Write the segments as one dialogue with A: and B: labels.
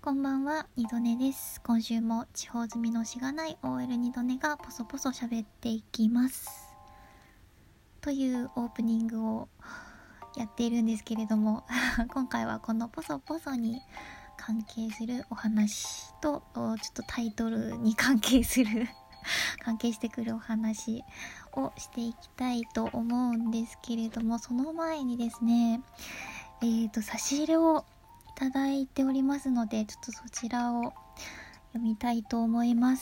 A: こんばんは、二度寝です。今週も地方住みのしがない OL 二度寝がポソポソ喋っていきますというオープニングをやっているんですけれども今回はこのポソポソに関係するお話とちょっとタイトルに関係してくるお話をしていきたいと思うんですけれども、その前にですね差し入れをいただいておりますので、ちょっとそちらを読みたいと思います。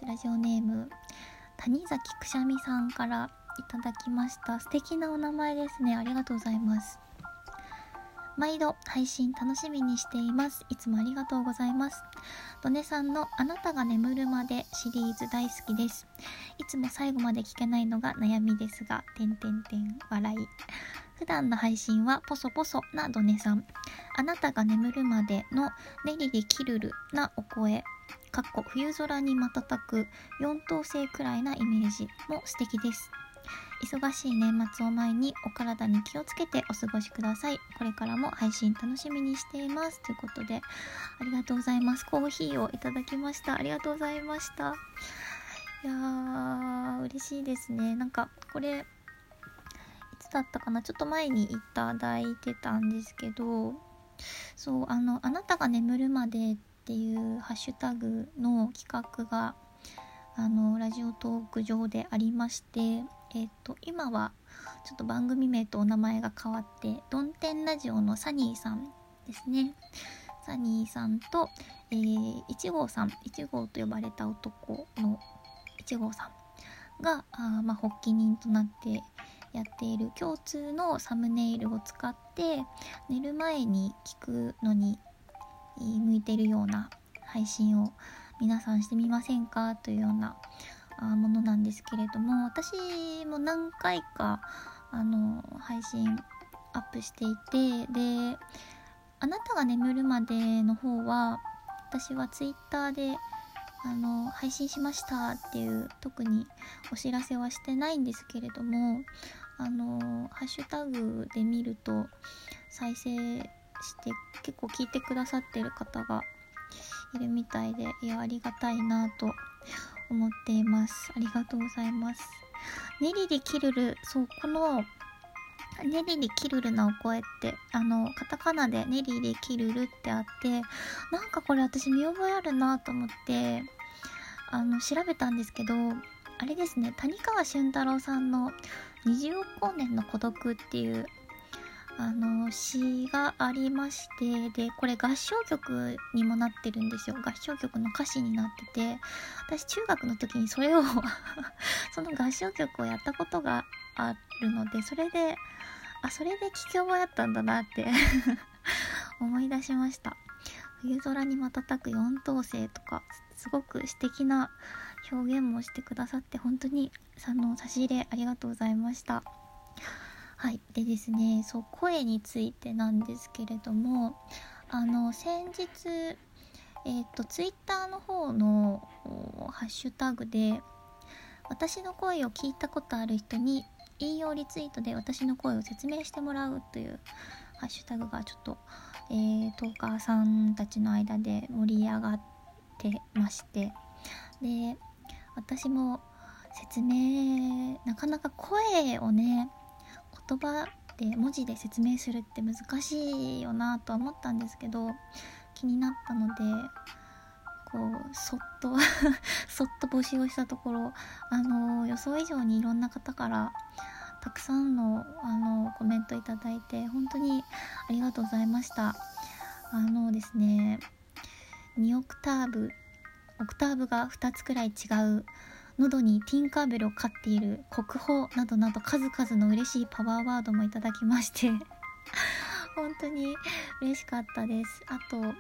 A: ラジオネーム谷崎くしゃみさんからいただきました。素敵なお名前ですね。ありがとうございます。毎度配信楽しみにしています。いつもありがとうございます。ドネさんのあなたが眠るまでシリーズ大好きです。いつも最後まで聞けないのが悩みですが、笑い。普段の配信はポソポソなドネさん、あなたが眠るまでのレリリキルルなお声、冬空に瞬く4等星くらいなイメージも素敵です。忙しい年末を前にお体に気をつけてお過ごしください。これからも配信楽しみにしています。ということで、ありがとうございます。コーヒーをいただきました。ありがとうございました。いやー、嬉しいですね。なんかこれいつだったかな、ちょっと前にいただいてたんですけど、そう、あなたが眠るまでっていうハッシュタグの企画がラジオトーク上でありまして、今はちょっと番組名とお名前が変わってドンテンラジオのサニーさんですね。サニーさんと、1号さん、1号と呼ばれた男の1号さんが発起人となってやっている共通のサムネイルを使って寝る前に聞くのに向いているような配信を皆さんしてみませんかというようなものなんですけれども、私も何回か配信アップしていて、であなたが眠るまでの方は私はツイッターで配信しましたっていう特にお知らせはしてないんですけれども、ハッシュタグで見ると再生して結構聞いてくださってる方がいるみたいで、いやありがたいなと思っています。ありがとうございます。ネリリキルル、そう、このネリリキルルなお声ってカタカナでネリリキルルってあって、なんかこれ私見覚えあるなと思って調べたんですけど、あれですね、谷川俊太郎さんの20億光年の孤独っていう詩がありまして、でこれ合唱曲にもなってるんですよ。合唱曲の歌詞になってて、私中学の時にそれをその合唱曲をやったことがあるので、それで聞き覚えあったんだなって思い出しました。冬空に瞬く四等星とか、すごく素敵な表現もしてくださって、本当に差し入れありがとうございました。はい。でですね、そう、声についてなんですけれども、先日ツイッターの方のハッシュタグで私の声を聞いたことある人に引用リツイートで私の声を説明してもらうというハッシュタグがちょっと、トーカーさんたちの間で盛り上がってまして、で私も説明、なかなか声をね、言葉で文字で説明するって難しいよなとは思ったんですけど、気になったのでこうそっとそっと募集をしたところ、予想以上にいろんな方からたくさんのコメントいただいて、本当にありがとうございました。ですね、2オクターブが2つくらい違う、喉にティンカーベルを飼っている、国宝などなど数々の嬉しいパワーワードもいただきまして本当に嬉しかったです。あと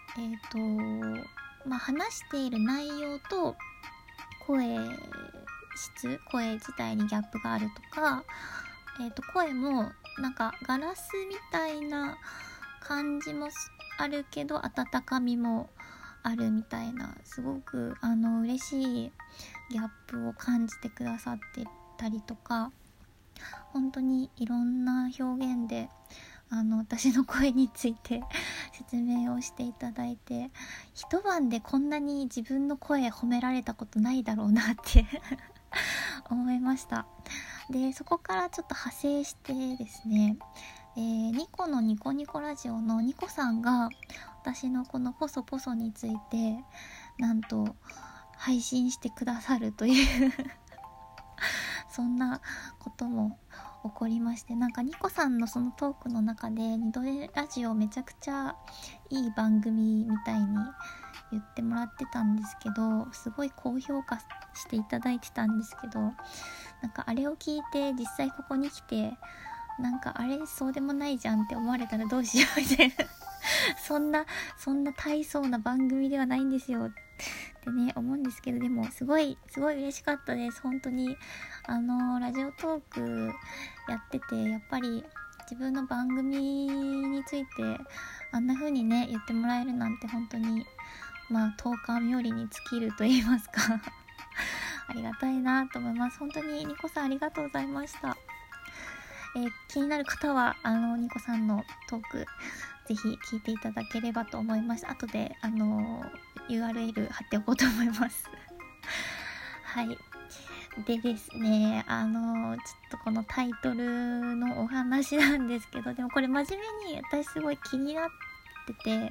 A: 話している内容と声自体にギャップがあるとか、声もなんかガラスみたいな感じもあるけど温かみもあるみたいな、すごく嬉しいギャップを感じてくださってたりとか、本当にいろんな表現で私の声について説明をしていただいて、一晩でこんなに自分の声褒められたことないだろうなって思いました。でそこからちょっと派生してですね、ニコのニコニコラジオのニコさんが私のこのポソポソについてなんと配信してくださるというそんなことも起こりまして、なんかニコさんのそのトークの中でニドレラジオめちゃくちゃいい番組みたいに言ってもらってたんですけど、すごい高評価していただいてたんですけど、なんかあれを聞いて実際ここに来てなんかあれそうでもないじゃんって思われたらどうしようみたいなそんな大層な番組ではないんですよってね思うんですけど、でもすごい嬉しかったです。本当にラジオトークやっててやっぱり自分の番組についてあんな風にね言ってもらえるなんて本当に10日冥利に尽きると言いますかありがたいなと思います。本当にニコさんありがとうございました。気になる方はニコさんのトークぜひ聞いていただければと思います。後でURL 貼っておこうと思いますはいでですね、ちょっとこのタイトルのお話なんですけど、でもこれ真面目に私すごい気になってて、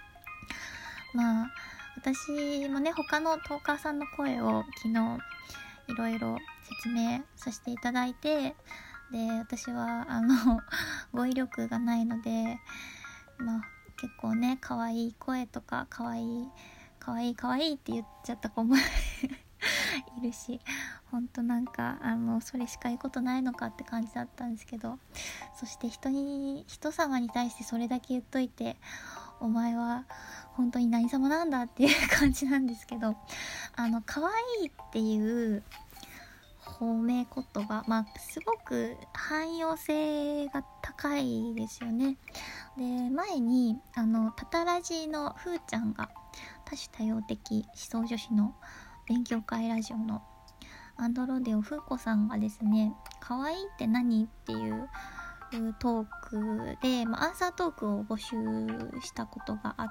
A: 私もね他のトーカーさんの声を昨日いろいろ説明させていただいて、で私は語彙力がないので結構ね可愛い声とか可愛いって言っちゃった子もいるし、ほんとなんかそれしか言うことないのかって感じだったんですけど、そして人様に対してそれだけ言っといてお前は本当に何様なんだっていう感じなんですけど、可愛いっていう褒め言葉、すごく汎用性が高いですよね。で前にタタラジのふーちゃんが多種多様的思想女子の勉強会ラジオのアンドロデオふうこさんがですね、可愛いって何っていうトークで、アンサートークを募集したことがあって、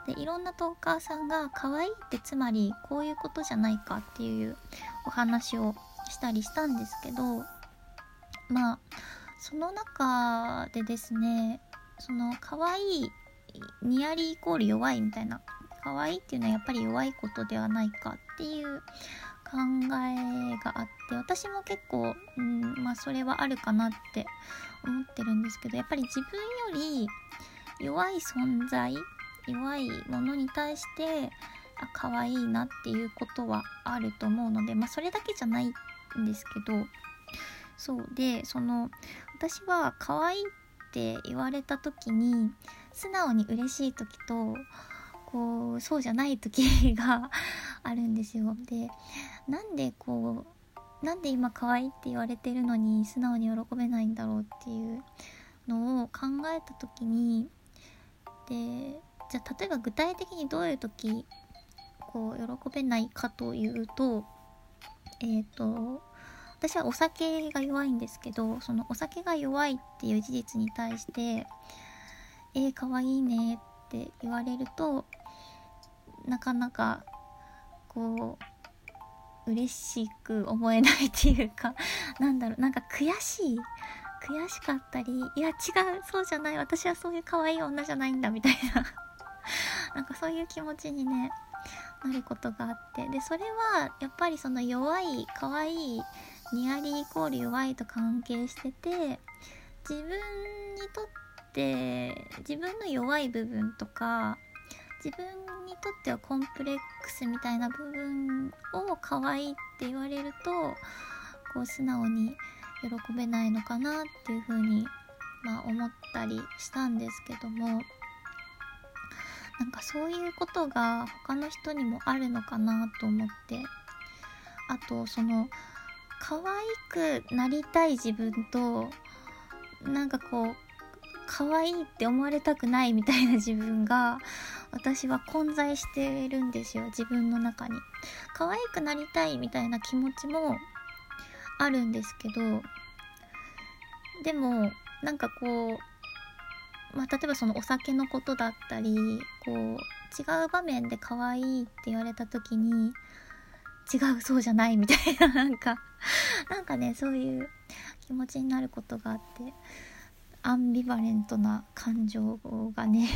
A: でいろんなトーカーさんが可愛いってつまりこういうことじゃないかっていうお話をしたりしたんですけど、その中でですね、その可愛いニアリーイコール弱いみたいな、可愛いっていうのはやっぱり弱いことではないかっていう考えがあって、私も結構それはあるかなって思ってるんですけど、やっぱり自分より弱い存在、弱いものに対して可愛いなっていうことはあると思うので、それだけじゃないんですけど、そうで私は可愛いって言われた時に素直に嬉しい時とそうじゃない時があるんですよ。でなんで今可愛いって言われてるのに素直に喜べないんだろうっていうのを考えた時に、でじゃあ例えば具体的にどういう時喜べないかというと、私はお酒が弱いんですけど、そのお酒が弱いっていう事実に対して可愛いねって言われるとなかなか嬉しく思えないっていうかなんか悔しかったり、いや違うそうじゃない、私はそういう可愛い女じゃないんだみたいななんかそういう気持ちにねなることがあって、でそれはやっぱりその弱い可愛いニアリーイコール弱いと関係してて、自分にとって自分の弱い部分とか自分にとってはコンプレックスみたいな部分を可愛いって言われると素直に喜べないのかなっていう風に思ったりしたんですけども、なんかそういうことが他の人にもあるのかなと思って、あと可愛くなりたい自分と可愛いって思われたくないみたいな自分が私は混在してるんですよ、自分の中に。可愛くなりたいみたいな気持ちもあるんですけど、でも例えばそのお酒のことだったり、こう違う場面で可愛いって言われた時に、違う、そうじゃないみたいな、なんかね、そういう気持ちになることがあって、アンビバレントな感情がね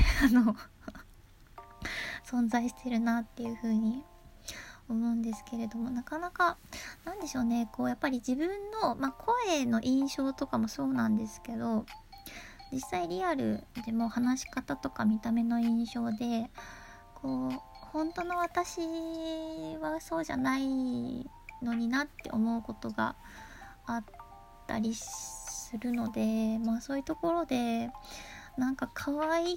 A: 存在してるなっていう風に思うんですけれども、なかなかなんでしょうね、こうやっぱり自分の、声の印象とかもそうなんですけど、実際リアルでも話し方とか見た目の印象で、こう本当の私はそうじゃないのになって思うことがあったりするので、そういうところでなんか可愛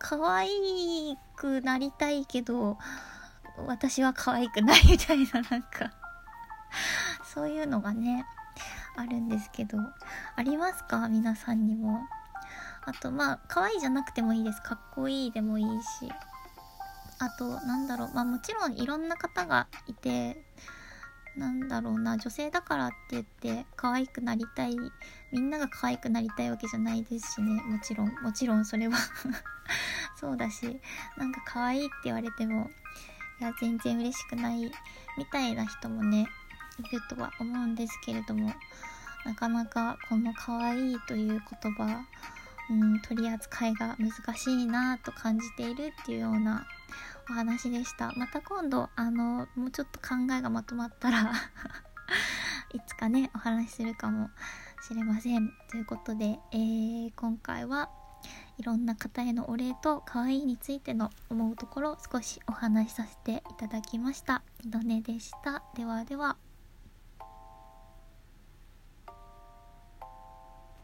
A: くなりたいけど私は可愛くないみたいな、なんかそういうのがねあるんですけど、ありますか皆さんにも。あと可愛いじゃなくてもいいです。かっこいいでもいいし、あともちろんいろんな方がいて、女性だからって言って可愛くなりたい、みんなが可愛くなりたいわけじゃないですしね。もちろんそれはそうだし、なんか可愛いって言われてもいや全然嬉しくないみたいな人もねいるとは思うんですけれども、なかなかこの可愛いという言葉、取り扱いが難しいなと感じているっていうようなお話でした。また今度もうちょっと考えがまとまったらいつかねお話しするかもしれません。ということで、今回はいろんな方へのお礼と可愛いについての思うところを少しお話しさせていただきました。ドネでした。ではでは。